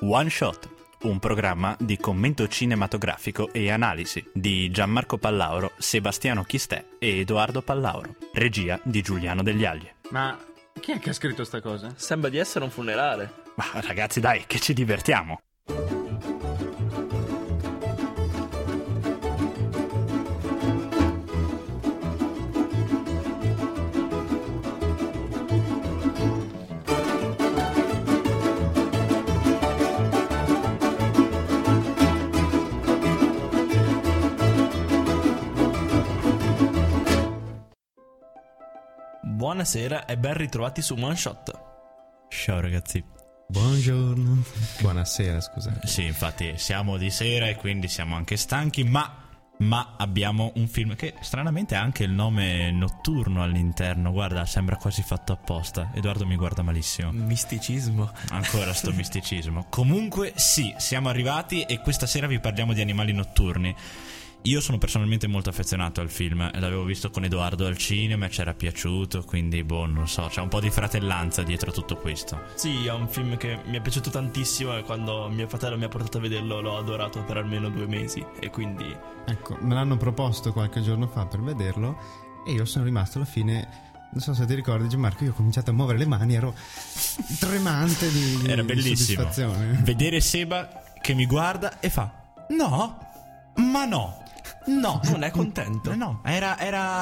One Shot, un programma di commento cinematografico e analisi di Gianmarco Pallauro, Sebastiano Chistè e Edoardo Pallauro. Regia di Giuliano Degli Agli. Ma chi è che ha scritto sta cosa? Sembra di essere un funerale. Ma ragazzi, dai, che ci divertiamo. Buonasera e ben ritrovati su One Shot. Ciao ragazzi. Buongiorno. Buonasera, scusate. Sì, infatti siamo di sera e quindi siamo anche stanchi, ma abbiamo un film che stranamente ha anche il nome notturno all'interno. Guarda, sembra quasi fatto apposta. Edoardo mi guarda malissimo. Misticismo. Ancora sto misticismo. Comunque sì, siamo arrivati e questa sera vi parliamo di animali notturni. Io sono personalmente molto affezionato al film, l'avevo visto con Edoardo al cinema e ci era piaciuto, quindi non so, c'è un po' di fratellanza dietro a tutto questo. Sì, è un film che mi è piaciuto tantissimo e quando mio fratello mi ha portato a vederlo l'ho adorato per almeno 2 mesi e quindi... Ecco, me l'hanno proposto qualche giorno fa per vederlo e io sono rimasto alla fine... Non so se ti ricordi, Gianmarco, io ho cominciato a muovere le mani, ero tremante di Era bellissimo soddisfazione. Vedere Seba che mi guarda e fa: no, ma no. No, non è contento. No, era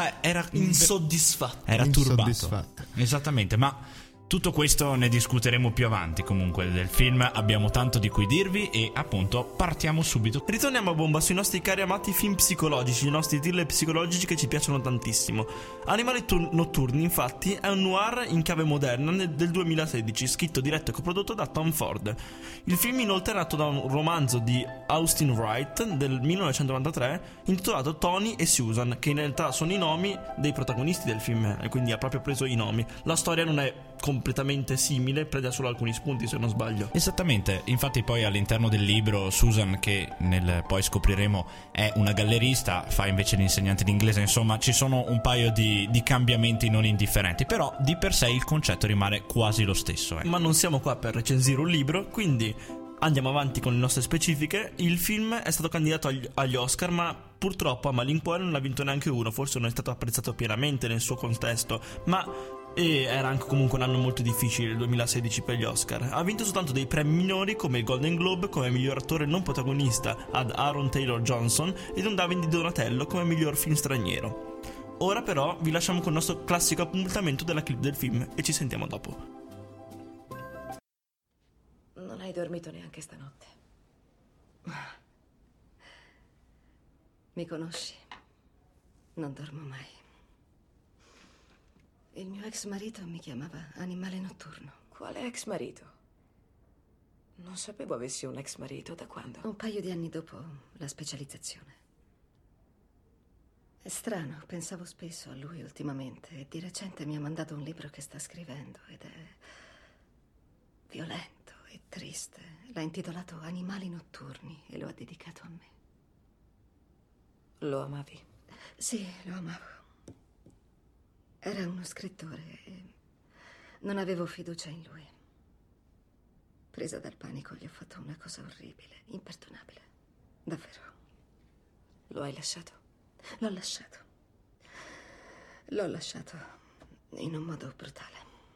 insoddisfatto. Era turbato. Insoddisfatto. Esattamente, ma tutto questo ne discuteremo più avanti. Comunque del film abbiamo tanto di cui dirvi e appunto partiamo subito. Ritorniamo a bomba sui nostri cari amati film psicologici, i nostri thriller psicologici che ci piacciono tantissimo. Animali notturni, infatti, è un noir in chiave moderna del 2016, scritto, diretto e coprodotto da Tom Ford. Il film inoltre è nato da un romanzo di Austin Wright del 1993 intitolato Tony e Susan, che in realtà sono i nomi dei protagonisti del film, e quindi ha proprio preso i nomi. La storia non è completamente simile, prende solo alcuni spunti se non sbaglio. Esattamente, infatti poi all'interno del libro Susan, che poi scopriremo è una gallerista, fa invece l'insegnante di inglese, insomma ci sono un paio di cambiamenti non indifferenti, però di per sé il concetto rimane quasi lo stesso. Ma non siamo qua per recensire un libro, quindi andiamo avanti con le nostre specifiche. Il film è stato candidato agli Oscar, ma purtroppo a malincuore non ha vinto neanche uno, forse non è stato apprezzato pienamente nel suo contesto, e era anche comunque un anno molto difficile il 2016 per gli Oscar. Ha vinto soltanto dei premi minori come il Golden Globe come miglior attore non protagonista ad Aaron Taylor Johnson ed un David di Donatello come miglior film straniero. Ora però vi lasciamo con il nostro classico appuntamento della clip del film e ci sentiamo dopo. Non hai dormito neanche stanotte. Mi conosci? Non dormo mai. Il mio ex marito mi chiamava animale notturno. Quale ex marito? Non sapevo avessi un ex marito. Da quando? Un paio di anni dopo la specializzazione. È strano, pensavo spesso a lui ultimamente e di recente mi ha mandato un libro che sta scrivendo ed è violento e triste. L'ha intitolato Animali notturni e lo ha dedicato a me. Lo amavi? Sì, lo amavo. Era uno scrittore e non avevo fiducia in lui. Presa dal panico gli ho fatto una cosa orribile, imperdonabile. Davvero. Lo hai lasciato? L'ho lasciato. L'ho lasciato in un modo brutale.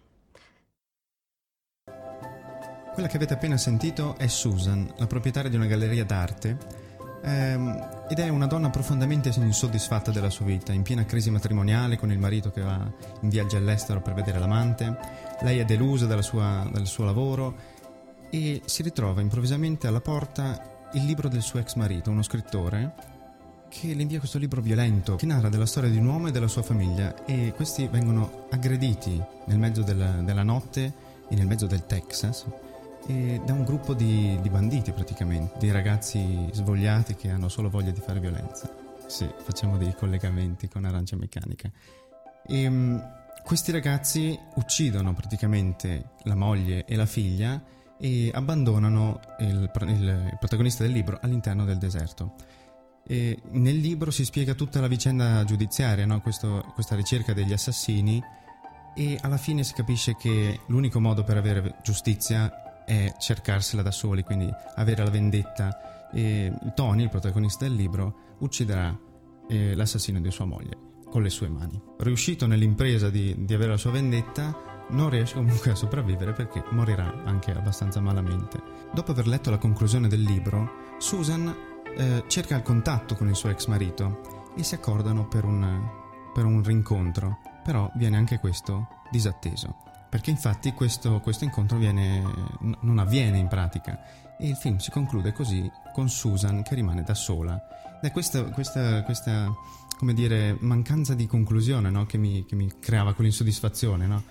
Quella che avete appena sentito è Susan, la proprietaria di una galleria d'arte, ed è una donna profondamente insoddisfatta della sua vita, in piena crisi matrimoniale con il marito che va in viaggio all'estero per vedere l'amante. Lei è delusa dal suo lavoro e si ritrova improvvisamente alla porta il libro del suo ex marito, uno scrittore, che le invia questo libro violento che narra della storia di un uomo e della sua famiglia, e questi vengono aggrediti nel mezzo della notte e nel mezzo del Texas e da un gruppo di banditi, praticamente, di ragazzi svogliati che hanno solo voglia di fare violenza. Sì, facciamo dei collegamenti con Arancia Meccanica. E questi ragazzi uccidono praticamente la moglie e la figlia e abbandonano il protagonista del libro all'interno del deserto. E nel libro si spiega tutta la vicenda giudiziaria, no? Questa ricerca degli assassini, e alla fine si capisce che l'unico modo per avere giustizia è cercarsela da soli, quindi avere la vendetta. E Tony, il protagonista del libro, ucciderà l'assassino di sua moglie con le sue mani. Riuscito nell'impresa di avere la sua vendetta, non riesce comunque a sopravvivere perché morirà anche abbastanza malamente. Dopo aver letto la conclusione del libro, Susan cerca il contatto con il suo ex marito e si accordano per un rincontro, però viene anche questo disatteso, perché infatti questo incontro non avviene in pratica, e il film si conclude così, con Susan che rimane da sola. Ed è questa come dire, mancanza di conclusione, no? che mi creava quell'insoddisfazione, no?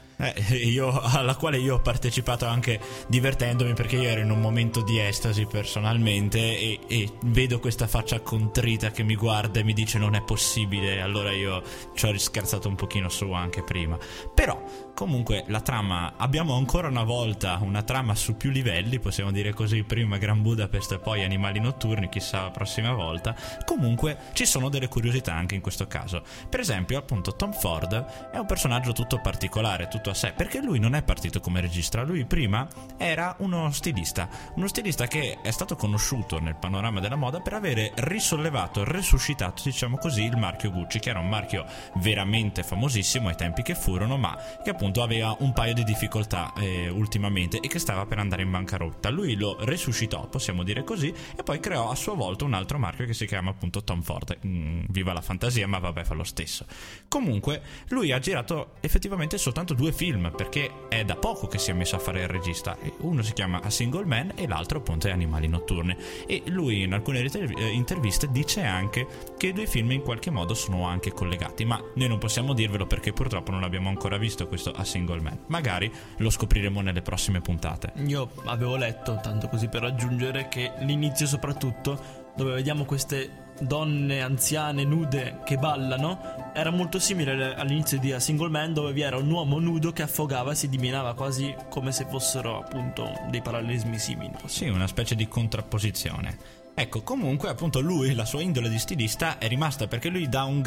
Alla quale io ho partecipato anche divertendomi, perché io ero in un momento di estasi personalmente e vedo questa faccia contrita che mi guarda e mi dice non è possibile. Allora io ci ho scherzato un pochino su anche prima, però comunque la trama, abbiamo ancora una volta una trama su più livelli, possiamo dire così, prima Grand Budapest e poi Animali notturni, chissà la prossima volta. Comunque ci sono delle curiosità anche in questo caso. Per esempio, appunto, Tom Ford è un personaggio tutto particolare, tutto a sé, perché lui non è partito come regista. Lui prima era uno stilista che è stato conosciuto nel panorama della moda per avere resuscitato, diciamo così, il marchio Gucci, che era un marchio veramente famosissimo ai tempi che furono, ma che appunto aveva un paio di difficoltà ultimamente e che stava per andare in bancarotta. Lui lo resuscitò, possiamo dire così, e poi creò a sua volta un altro marchio che si chiama appunto Tom Ford. Viva la fantasia, ma vabbè, fa lo stesso. Comunque lui ha girato effettivamente soltanto 2 film, perché è da poco che si è messo a fare il regista. Uno si chiama A Single Man e l'altro appunto è Animali notturni, e lui in alcune interviste dice anche che i 2 film in qualche modo sono anche collegati, ma noi non possiamo dirvelo perché purtroppo non abbiamo ancora visto questo A Single Man. Magari lo scopriremo nelle prossime puntate. Io avevo letto, tanto così per aggiungere, che l'inizio soprattutto, dove vediamo queste donne anziane nude che ballano, era molto simile all'inizio di A Single Man, dove vi era un uomo nudo che affogava e si dimenava, quasi come se fossero appunto dei parallelismi simili. Sì, una specie di contrapposizione. Ecco, comunque appunto lui, la sua indole di stilista è rimasta, perché lui dà una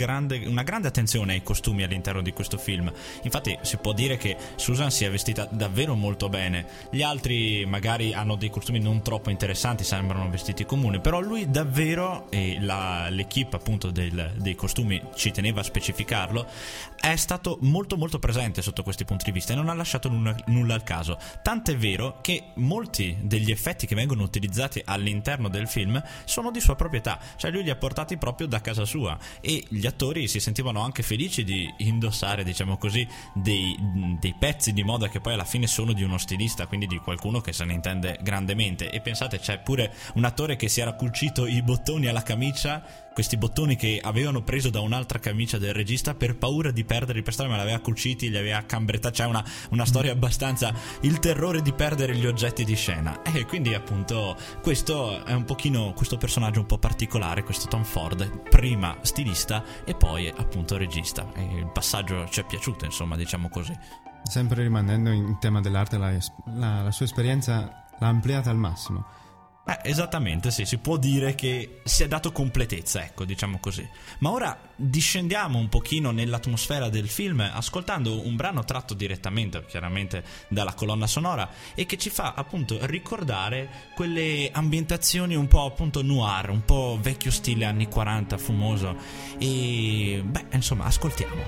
grande attenzione ai costumi all'interno di questo film. Infatti si può dire che Susan si è vestita davvero molto bene. Gli altri magari hanno dei costumi non troppo interessanti, sembrano vestiti comuni, però lui davvero, e l'equipe appunto dei costumi ci teneva a specificarlo, è stato molto molto presente sotto questi punti di vista e non ha lasciato nulla al caso. Tant'è vero che molti degli effetti che vengono utilizzati all'interno del film sono di sua proprietà, cioè lui li ha portati proprio da casa sua, e gli attori si sentivano anche felici di indossare, diciamo così, dei pezzi di moda che poi alla fine sono di uno stilista, quindi di qualcuno che se ne intende grandemente. E pensate, c'è pure un attore che si era cucito i bottoni alla camicia, questi bottoni che avevano preso da un'altra camicia del regista per paura di perderli per strada, ma l'aveva cuciti, li aveva cambrettati. C'è una storia abbastanza, il terrore di perdere gli oggetti di scena. E quindi appunto questo è un pochino questo personaggio un po' particolare, questo Tom Ford, prima stilista e poi appunto regista, e il passaggio ci è piaciuto, insomma, diciamo così. Sempre rimanendo in tema dell'arte, la sua esperienza l'ha ampliata al massimo. Esattamente, sì, si può dire che si è dato completezza, ecco, diciamo così. Ma ora discendiamo un pochino nell'atmosfera del film ascoltando un brano tratto direttamente, chiaramente, dalla colonna sonora, e che ci fa appunto ricordare quelle ambientazioni un po' appunto noir, un po' vecchio stile anni 40, fumoso. E insomma, ascoltiamo.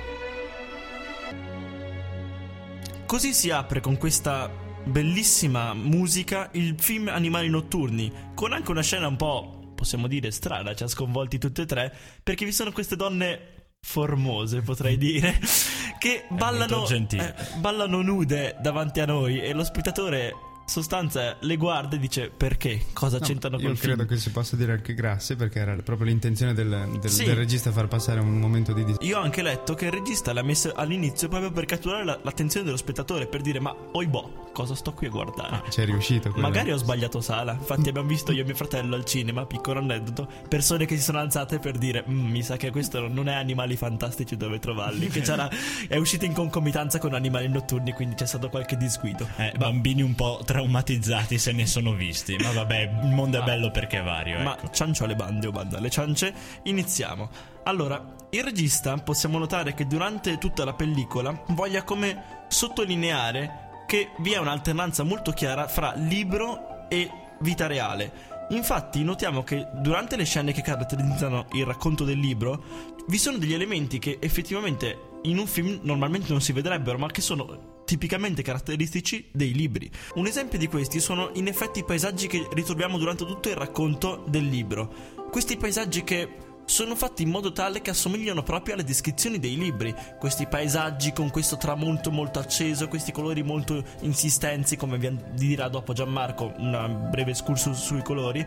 Così si apre con questa bellissima musica il film Animali notturni, con anche una scena un po', possiamo dire, strana, ci ha sconvolti tutte e tre, perché vi sono queste donne formose, potrei dire, che ballano nude davanti a noi, e lo spettatore sostanza le guarda e dice: perché? Cosa c'entrano col film? Io credo che si possa dire anche grazie, perché era proprio l'intenzione del regista far passare un momento di Io ho anche letto che il regista l'ha messo all'inizio proprio per catturare l'attenzione dello spettatore, per dire: ma oibò, cosa sto qui a guardare? C'è riuscito quello. Magari ho sbagliato sala. Infatti abbiamo visto io e mio fratello al cinema, piccolo aneddoto, persone che si sono alzate per dire: mi sa che questo non è Animali Fantastici dove trovarli, che è uscito in concomitanza con Animali Notturni, quindi c'è stato qualche disguido. Bambini un po' traumatizzati se ne sono visti, ma vabbè, il mondo è bello perché è vario, ma ecco. ciancio alle bande o banda alle ciance. Iniziamo. Allora, il regista, possiamo notare che durante tutta la pellicola voglia come sottolineare che vi è un'alternanza molto chiara fra libro e vita reale. Infatti notiamo che durante le scene che caratterizzano il racconto del libro vi sono degli elementi che effettivamente in un film normalmente non si vedrebbero, ma che sono tipicamente caratteristici dei libri. Un esempio di questi sono in effetti i paesaggi che ritroviamo durante tutto il racconto del libro. Questi paesaggi che sono fatti in modo tale che assomigliano proprio alle descrizioni dei libri. Questi paesaggi con questo tramonto molto acceso, questi colori molto insistenti, come vi dirà dopo Gianmarco, un breve excursus sui colori.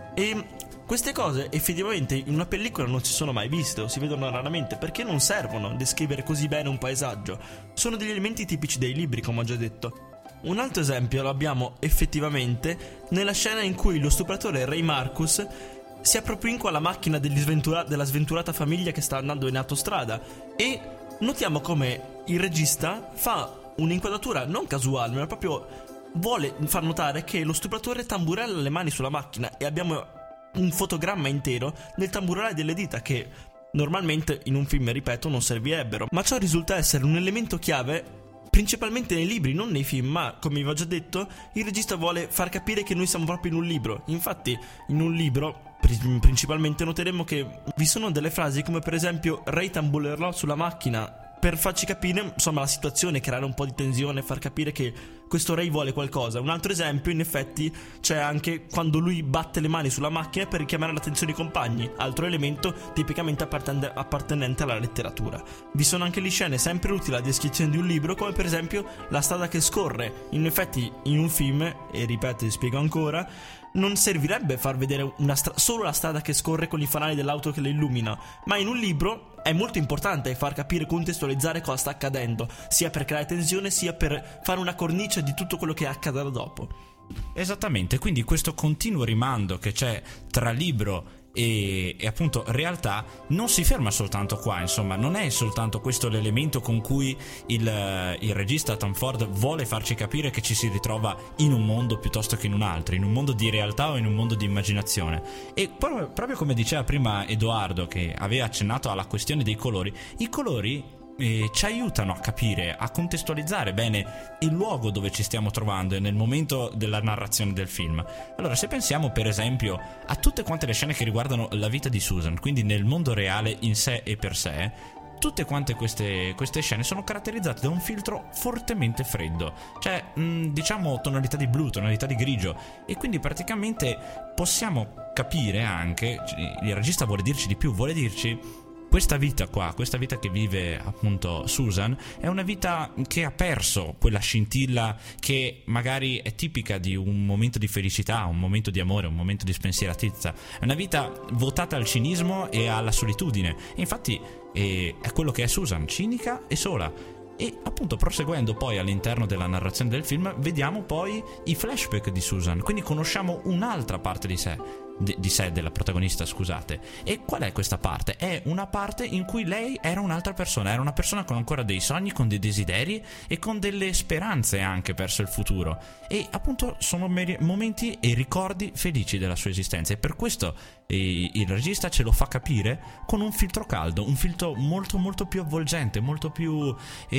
E queste cose effettivamente in una pellicola non si sono mai viste o si vedono raramente, perché non servono a descrivere così bene un paesaggio. Sono degli elementi tipici dei libri, come ho già detto. Un altro esempio lo abbiamo effettivamente nella scena in cui lo stupratore Ray Marcus si appropinqua alla macchina della sventurata famiglia che sta andando in autostrada, e notiamo come il regista fa un'inquadratura non casuale, ma proprio vuole far notare che lo stupratore tamburella le mani sulla macchina, e abbiamo un fotogramma intero del tamburellare delle dita che normalmente in un film, ripeto, non servirebbero, ma ciò risulta essere un elemento chiave principalmente nei libri, non nei film, ma come vi ho già detto il regista vuole far capire che noi siamo proprio in un libro. Infatti in un libro principalmente noteremo che vi sono delle frasi come per esempio Ray tamburellò sulla macchina, per farci capire insomma la situazione, creare un po' di tensione, far capire che questo Ray vuole qualcosa. Un altro esempio in effetti c'è anche quando lui batte le mani sulla macchina per richiamare l'attenzione ai compagni, altro elemento tipicamente appartenente alla letteratura. Vi sono anche le scene sempre utili alla descrizione di un libro, come per esempio la strada che scorre. In effetti in un film, e ripeto, vi spiego ancora, non servirebbe far vedere solo la strada che scorre con i fanali dell'auto che le illumina, ma in un libro è molto importante far capire, contestualizzare cosa sta accadendo, sia per creare tensione sia per fare una cornice di tutto quello che accadrà dopo. Esattamente, quindi questo continuo rimando che c'è tra libro e appunto realtà non si ferma soltanto qua, insomma non è soltanto questo l'elemento con cui il regista Tom Ford vuole farci capire che ci si ritrova in un mondo piuttosto che in un altro, in un mondo di realtà o in un mondo di immaginazione. E proprio come diceva prima Edoardo, che aveva accennato alla questione dei colori, i colori ci aiutano a capire, a contestualizzare bene il luogo dove ci stiamo trovando e nel momento della narrazione del film. Allora, se pensiamo per esempio a tutte quante le scene che riguardano la vita di Susan, quindi nel mondo reale in sé e per sé, tutte quante queste scene sono caratterizzate da un filtro fortemente freddo, cioè diciamo tonalità di blu, tonalità di grigio, e quindi praticamente possiamo capire anche, il regista vuole dirci di più, vuole dirci: questa vita qua, questa vita che vive appunto Susan, è una vita che ha perso quella scintilla che magari è tipica di un momento di felicità, un momento di amore, un momento di spensieratezza. È una vita votata al cinismo e alla solitudine. E infatti è quello che è Susan, cinica e sola. E appunto proseguendo poi all'interno della narrazione del film vediamo poi i flashback di Susan, quindi conosciamo un'altra parte di sé, della protagonista, scusate. E qual è questa parte? È una parte in cui lei era un'altra persona, era una persona con ancora dei sogni, con dei desideri e con delle speranze anche verso il futuro, e appunto sono momenti e ricordi felici della sua esistenza, e per questo il regista ce lo fa capire con un filtro caldo, un filtro molto molto più avvolgente, molto più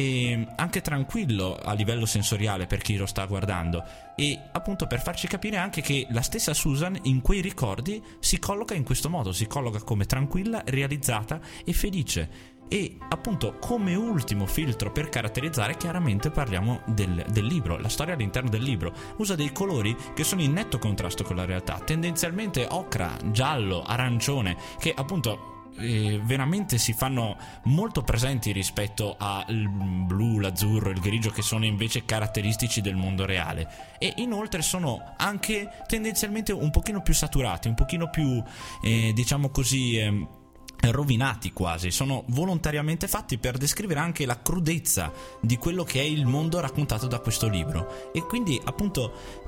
anche tranquillo a livello sensoriale per chi lo sta guardando, e appunto per farci capire anche che la stessa Susan in quei ricordi si colloca in questo modo, si colloca come tranquilla, realizzata e felice. E appunto come ultimo filtro per caratterizzare, chiaramente parliamo del libro, la storia all'interno del libro. Usa dei colori che sono in netto contrasto con la realtà, tendenzialmente ocra, giallo, arancione, che appunto veramente si fanno molto presenti rispetto al blu, l'azzurro, il grigio, che sono invece caratteristici del mondo reale. E inoltre sono anche tendenzialmente un pochino più saturati, un pochino più diciamo così rovinati quasi, sono volontariamente fatti per descrivere anche la crudezza di quello che è il mondo raccontato da questo libro. E quindi appunto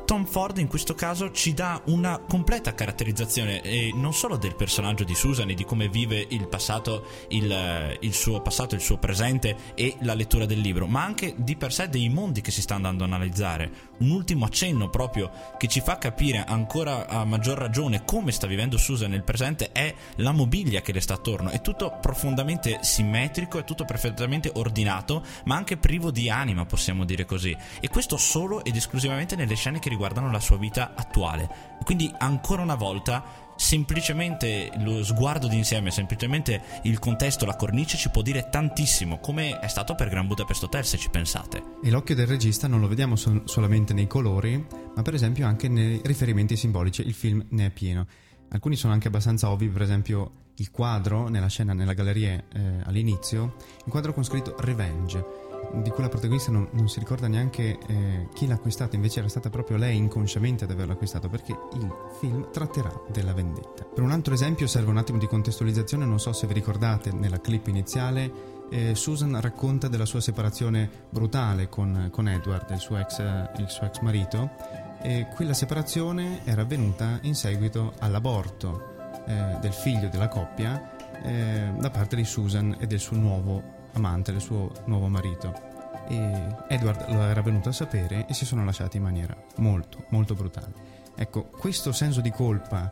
Tom Ford in questo caso ci dà una completa caratterizzazione non solo del personaggio di Susan e di come vive il passato, il suo passato, il suo presente e la lettura del libro, ma anche di per sé dei mondi che si sta andando a analizzare. Un ultimo accenno proprio che ci fa capire ancora a maggior ragione come sta vivendo Susan nel presente è la mobilia che le sta attorno. È tutto profondamente simmetrico, è tutto perfettamente ordinato, ma anche privo di anima, possiamo dire così, e questo solo ed esclusivamente nelle scene che riguardano la sua vita attuale. Quindi ancora una volta semplicemente lo sguardo d'insieme, semplicemente il contesto, la cornice ci può dire tantissimo, come è stato per Grand Budapest Hotel, se ci pensate. E l'occhio del regista non lo vediamo solamente nei colori, ma per esempio anche nei riferimenti simbolici. Il film ne è pieno. Alcuni sono anche abbastanza ovvi, per esempio il quadro nella scena, nella galleria all'inizio, il quadro con scritto Revenge, di cui la protagonista non si ricorda neanche chi l'ha acquistato, invece era stata proprio lei inconsciamente ad averlo acquistato, perché il film tratterà della vendetta. Per un altro esempio serve un attimo di contestualizzazione. Non so se vi ricordate, nella clip iniziale Susan racconta della sua separazione brutale con Edward, il suo ex marito, e quella separazione era avvenuta in seguito all'aborto del figlio della coppia da parte di Susan e del suo nuovo amante, del suo nuovo marito, e Edward lo era venuto a sapere e si sono lasciati in maniera molto molto brutale. Ecco, questo senso di colpa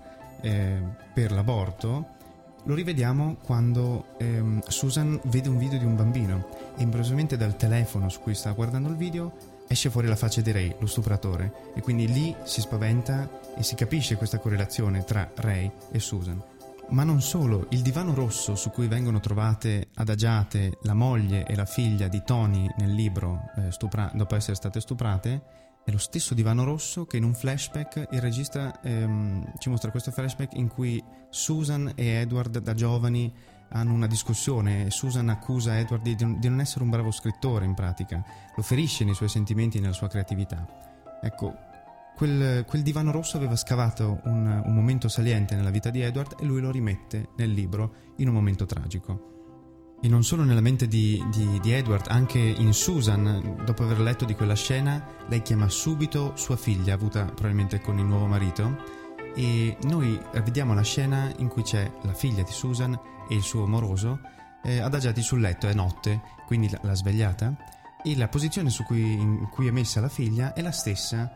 per l'aborto lo rivediamo quando Susan vede un video di un bambino e improvvisamente dal telefono su cui sta guardando il video esce fuori la faccia di Ray, lo stupratore, e quindi lì si spaventa e si capisce questa correlazione tra Ray e Susan. Ma non solo, il divano rosso su cui vengono trovate adagiate la moglie e la figlia di Tony nel libro dopo essere state stuprate è lo stesso divano rosso che in un flashback il regista ci mostra questo flashback in cui Susan e Edward da giovani hanno una discussione e Susan accusa Edward di non essere un bravo scrittore, in pratica lo ferisce nei suoi sentimenti e nella sua creatività. Ecco, quel divano rosso aveva scavato un momento saliente nella vita di Edward e lui lo rimette nel libro in un momento tragico. E non solo nella mente di Edward, anche in Susan, dopo aver letto di quella scena, lei chiama subito sua figlia, avuta probabilmente con il nuovo marito, e noi vediamo la scena in cui c'è la figlia di Susan e il suo moroso adagiati sul letto, è notte, quindi l'ha svegliata, e la posizione in cui è messa la figlia è la stessa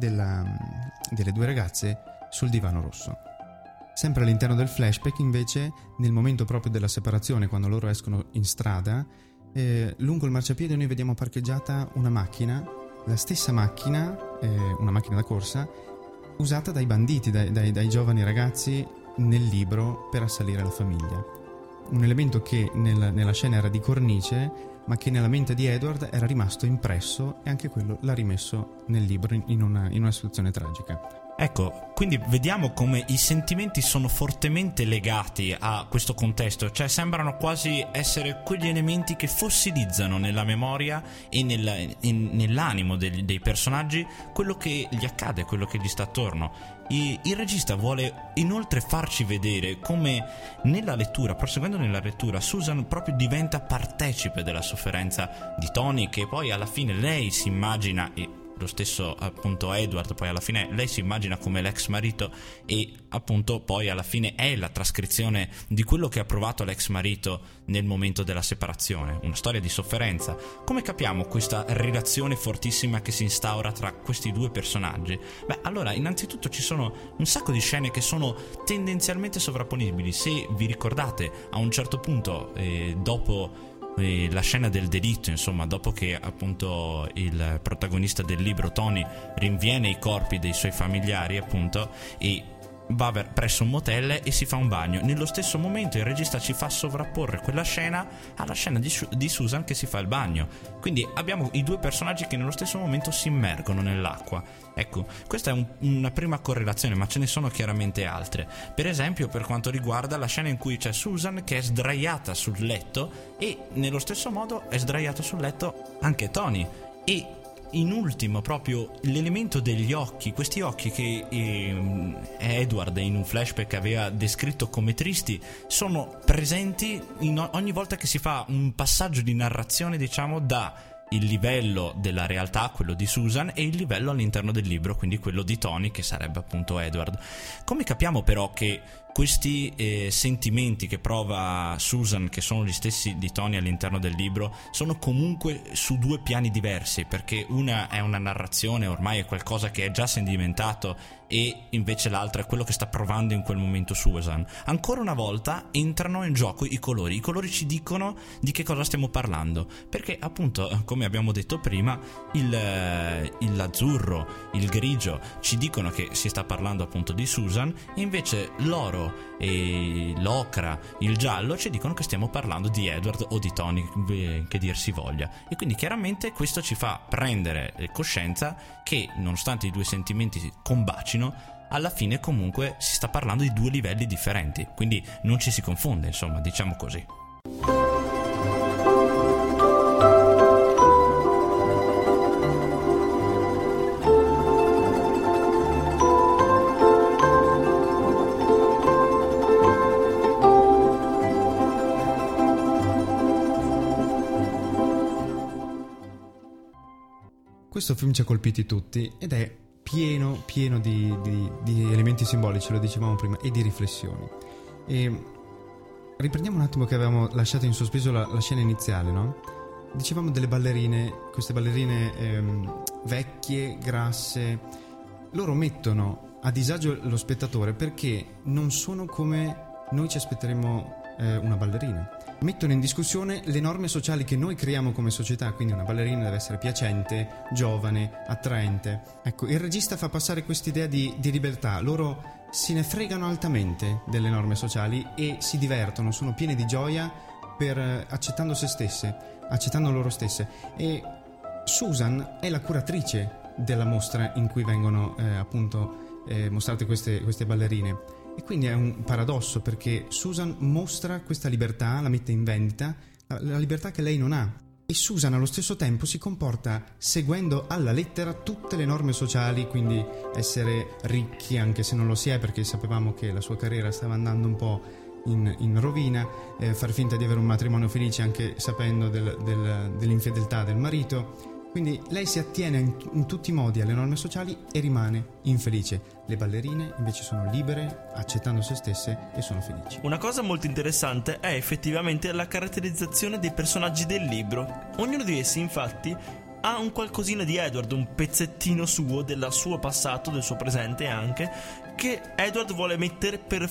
delle due ragazze sul divano rosso. Sempre all'interno del flashback, invece, nel momento proprio della separazione, quando loro escono in strada, lungo il marciapiede noi vediamo parcheggiata una macchina, la stessa macchina, una macchina da corsa, usata dai banditi, dai giovani ragazzi nel libro per assalire la famiglia. Un elemento che nella scena era di cornice, ma che nella mente di Edward era rimasto impresso, e anche quello l'ha rimesso nel libro in una situazione tragica. Ecco, quindi vediamo come i sentimenti sono fortemente legati a questo contesto, cioè sembrano quasi essere quegli elementi che fossilizzano nella memoria e nell'animo dei personaggi quello che gli accade, quello che gli sta attorno. Il regista vuole inoltre farci vedere come nella lettura, proseguendo nella lettura, Susan proprio diventa partecipe della sofferenza di Tony, che poi alla fine lei si immagina, e lo stesso appunto Edward poi alla fine lei si immagina come l'ex marito, e appunto poi alla fine è la trascrizione di quello che ha provato l'ex marito nel momento della separazione, una storia di sofferenza. Come capiamo questa relazione fortissima che si instaura tra questi due personaggi? Beh, allora innanzitutto ci sono un sacco di scene che sono tendenzialmente sovrapponibili. Se vi ricordate, a un certo punto dopo la scena del delitto, insomma, dopo che appunto il protagonista del libro, Tony, rinviene i corpi dei suoi familiari, appunto, e va presso un motel e si fa un bagno. Nello stesso momento il regista ci fa sovrapporre quella scena alla scena di Susan che si fa il bagno. Quindi abbiamo i due personaggi che nello stesso momento si immergono nell'acqua. Ecco, questa è una prima correlazione, ma ce ne sono chiaramente altre. Per esempio, per quanto riguarda la scena in cui c'è Susan che è sdraiata sul letto, e nello stesso modo è sdraiato sul letto anche Tony. E in ultimo proprio l'elemento degli occhi, questi occhi che Edward in un flashback aveva descritto come tristi, sono presenti ogni volta che si fa un passaggio di narrazione, diciamo, da il livello della realtà, quello di Susan, e il livello all'interno del libro, quindi quello di Tony, che sarebbe appunto Edward. Come capiamo però che questi sentimenti che prova Susan, che sono gli stessi di Tony all'interno del libro, sono comunque su due piani diversi, perché una è una narrazione, ormai è qualcosa che è già sedimentato, e invece l'altra è quello che sta provando in quel momento Susan. Ancora una volta entrano in gioco i colori ci dicono di che cosa stiamo parlando, perché appunto, come abbiamo detto prima, l'azzurro, il grigio ci dicono che si sta parlando appunto di Susan, e invece l'oro e l'ocra, il giallo, ci dicono che stiamo parlando di Edward o di Tony, che dir si voglia. E quindi chiaramente questo ci fa prendere coscienza che, nonostante i due sentimenti combacino, alla fine comunque si sta parlando di due livelli differenti, quindi non ci si confonde, insomma, diciamo così. Questo film ci ha colpiti tutti ed è pieno di elementi simbolici, lo dicevamo prima, e di riflessioni. E riprendiamo un attimo che avevamo lasciato in sospeso la scena iniziale, no? Dicevamo delle ballerine, queste ballerine vecchie, grasse. Loro mettono a disagio lo spettatore perché non sono come noi ci aspetteremmo una ballerina. Mettono in discussione le norme sociali che noi creiamo come società, quindi una ballerina deve essere piacente, giovane, attraente. Ecco, il regista fa passare quest'idea di libertà. Loro se ne fregano altamente delle norme sociali e si divertono, sono pieni di gioia accettando se stesse, accettando loro stesse. E Susan è la curatrice della mostra in cui vengono mostrate queste ballerine. E quindi è un paradosso, perché Susan mostra questa libertà, la mette in vendita, la libertà che lei non ha. E Susan allo stesso tempo si comporta seguendo alla lettera tutte le norme sociali, quindi essere ricchi anche se non lo si è, perché sapevamo che la sua carriera stava andando un po' in rovina, far finta di avere un matrimonio felice anche sapendo dell'infedeltà del marito. Quindi lei si attiene in tutti i modi alle norme sociali e rimane infelice. Le ballerine invece sono libere, accettando se stesse, e sono felici. Una cosa molto interessante è effettivamente la caratterizzazione dei personaggi del libro. Ognuno di essi, infatti, ha un qualcosina di Edward, un pezzettino suo, del suo passato, del suo presente anche, che Edward vuole mettere per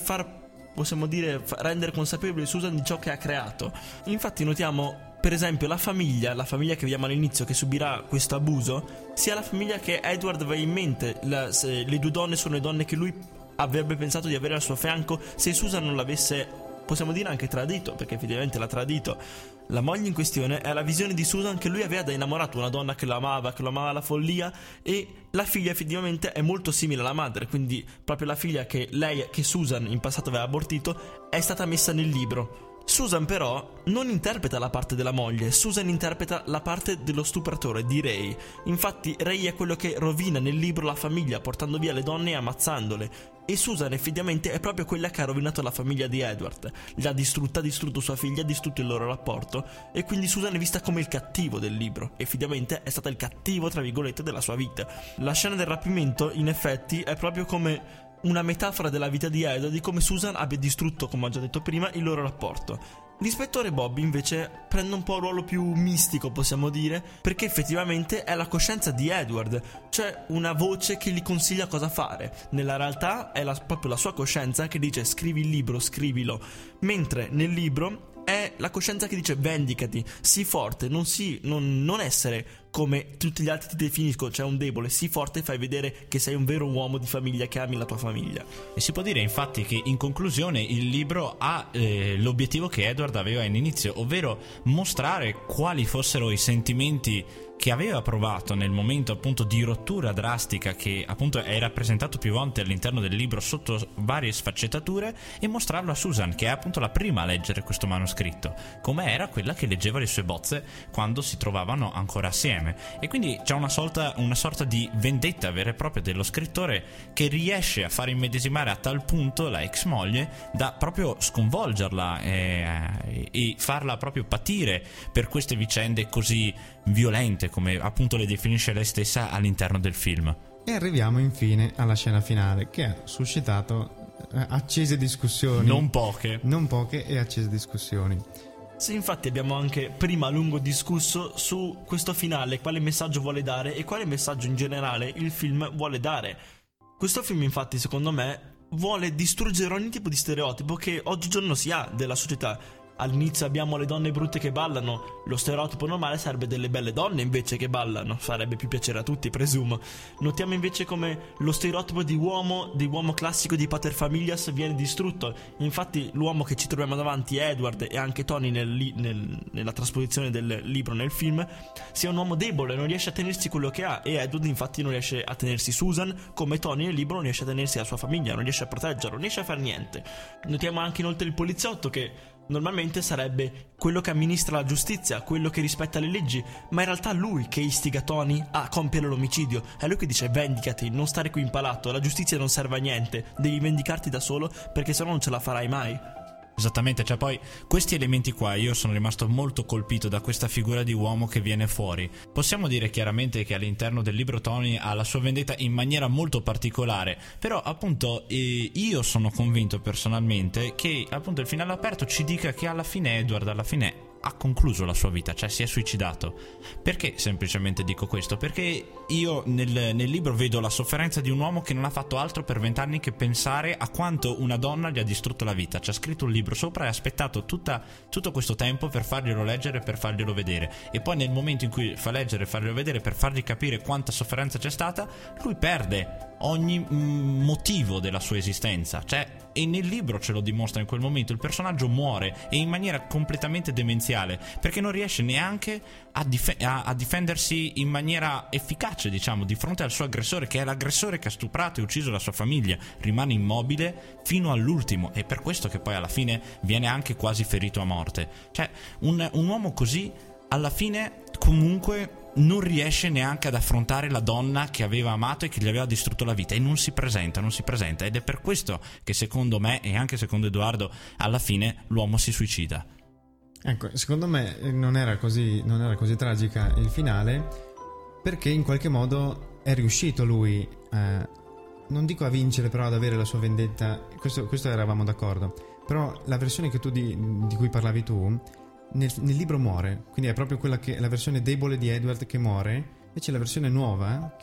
rendere consapevole Susan di ciò che ha creato. Infatti notiamo, per esempio, la famiglia che vediamo all'inizio, che subirà questo abuso, sia la famiglia che Edward aveva in mente. Le due donne sono le donne che lui avrebbe pensato di avere al suo fianco se Susan non l'avesse, possiamo dire, anche tradito, perché effettivamente l'ha tradito. La moglie in questione è la visione di Susan che lui aveva da innamorato, una donna che lo amava alla follia, e la figlia effettivamente è molto simile alla madre, quindi proprio la figlia che Susan in passato aveva abortito è stata messa nel libro. Susan però non interpreta la parte della moglie, Susan interpreta la parte dello stupratore, di Ray. Infatti Ray è quello che rovina nel libro la famiglia, portando via le donne e ammazzandole. E Susan effettivamente è proprio quella che ha rovinato la famiglia di Edward. L'ha distrutto, ha distrutto sua figlia, ha distrutto il loro rapporto. E quindi Susan è vista come il cattivo del libro. Effettivamente è stata il cattivo, tra virgolette, della sua vita. La scena del rapimento, in effetti, è proprio come una metafora della vita di Edward, di come Susan abbia distrutto, come ho già detto prima, il loro rapporto. L'ispettore Bob invece prende un po' un ruolo più mistico, possiamo dire, perché effettivamente è la coscienza di Edward, cioè una voce che gli consiglia cosa fare. Nella realtà è proprio la sua coscienza che dice scrivi il libro, scrivilo, mentre nel libro è la coscienza che dice vendicati, sii forte, non essere come tutti gli altri ti definiscono, cioè un debole, sii forte e fai vedere che sei un vero uomo di famiglia, che ami la tua famiglia. E si può dire infatti che in conclusione il libro ha l'obiettivo che Edward aveva all'inizio, ovvero mostrare quali fossero i sentimenti che aveva provato nel momento appunto di rottura drastica, che appunto è rappresentato più volte all'interno del libro sotto varie sfaccettature, e mostrarlo a Susan, che è appunto la prima a leggere questo manoscritto, come era quella che leggeva le sue bozze quando si trovavano ancora assieme. E quindi c'è una sorta di vendetta vera e propria dello scrittore, che riesce a far immedesimare a tal punto la ex moglie da proprio sconvolgerla e e farla proprio patire per queste vicende così violente, come appunto le definisce lei stessa all'interno del film. E arriviamo infine alla scena finale, che ha suscitato accese discussioni. Non poche e accese discussioni. Sì, infatti abbiamo anche prima a lungo discusso su questo finale, quale messaggio vuole dare e quale messaggio in generale il film vuole dare. Questo film infatti secondo me vuole distruggere ogni tipo di stereotipo che oggigiorno si ha della società. All'inizio abbiamo le donne brutte che ballano, lo stereotipo normale sarebbe delle belle donne invece che ballano, farebbe più piacere a tutti, presumo. Notiamo invece come lo stereotipo di uomo classico di paterfamilias viene distrutto. Infatti l'uomo che ci troviamo davanti, Edward e anche Tony nella trasposizione del libro nel film, sia un uomo debole, non riesce a tenersi quello che ha, e Edward infatti non riesce a tenersi Susan, come Tony nel libro non riesce a tenersi la sua famiglia, non riesce a proteggerla, non riesce a fare niente. Notiamo anche inoltre il poliziotto che normalmente sarebbe quello che amministra la giustizia, quello che rispetta le leggi, ma in realtà lui che istiga Tony a compiere l'omicidio. È lui che dice: vendicati, non stare qui impalato, la giustizia non serve a niente, devi vendicarti da solo perché sennò non ce la farai mai. Esattamente, cioè poi questi elementi qua io sono rimasto molto colpito da questa figura di uomo che viene fuori. Possiamo dire chiaramente che all'interno del libro Tony ha la sua vendetta in maniera molto particolare, però appunto io sono convinto personalmente che appunto il finale aperto ci dica che alla fine Edward ha concluso la sua vita, cioè si è suicidato. Perché semplicemente dico questo? Perché io nel libro vedo la sofferenza di un uomo che non ha fatto altro per 20 anni che pensare a quanto una donna gli ha distrutto la vita. Ci ha scritto un libro sopra e ha aspettato tutto questo tempo per farglielo leggere, per farglielo vedere, e poi nel momento in cui fa leggere e farglielo vedere per fargli capire quanta sofferenza c'è stata, lui perde ogni motivo della sua esistenza, cioè, e nel libro ce lo dimostra in quel momento. Il personaggio muore e in maniera completamente demenziale, perché non riesce neanche a difendersi in maniera efficace, diciamo, di fronte al suo aggressore, che è l'aggressore che ha stuprato e ucciso la sua famiglia. Rimane immobile fino all'ultimo, e per questo che poi alla fine viene anche quasi ferito a morte. Cioè un uomo così alla fine comunque non riesce neanche ad affrontare la donna che aveva amato e che gli aveva distrutto la vita, e non si presenta, ed è per questo che secondo me e anche secondo Edoardo alla fine l'uomo si suicida. Ecco, secondo me non era così tragica il finale, perché in qualche modo è riuscito lui non dico a vincere, però ad avere la sua vendetta. Questo eravamo d'accordo. Però la versione che tu di cui parlavi tu nel libro muore, quindi è proprio la versione debole di Edward che muore. Invece la versione nuova,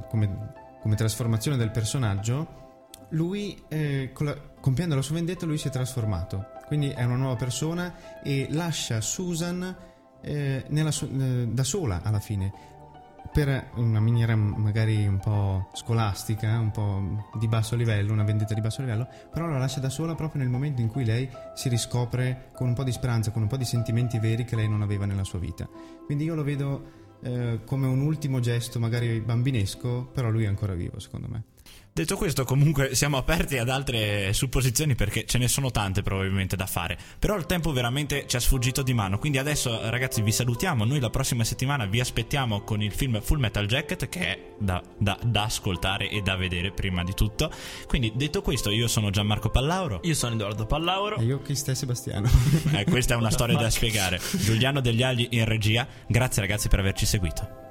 come trasformazione del personaggio, lui compiendo la sua vendetta lui si è trasformato, quindi è una nuova persona e lascia Susan da sola alla fine, per una maniera magari un po' scolastica, un po' di basso livello, una vendetta di basso livello, però la lascia da sola proprio nel momento in cui lei si riscopre con un po' di speranza, con un po' di sentimenti veri che lei non aveva nella sua vita. Quindi io lo vedo come un ultimo gesto magari bambinesco, però lui è ancora vivo, secondo me. Detto questo, comunque siamo aperti ad altre supposizioni, perché ce ne sono tante probabilmente da fare, però il tempo veramente ci ha sfuggito di mano. Quindi adesso, ragazzi, vi salutiamo. Noi la prossima settimana vi aspettiamo con il film Full Metal Jacket, che è da ascoltare e da vedere prima di tutto. Quindi detto questo, io sono Gianmarco Pallauro. Io sono Edoardo Pallauro. E io Cristian Sebastiano. Questa è una storia da spiegare. Giuliano Degli Agli in regia. Grazie ragazzi per averci seguito.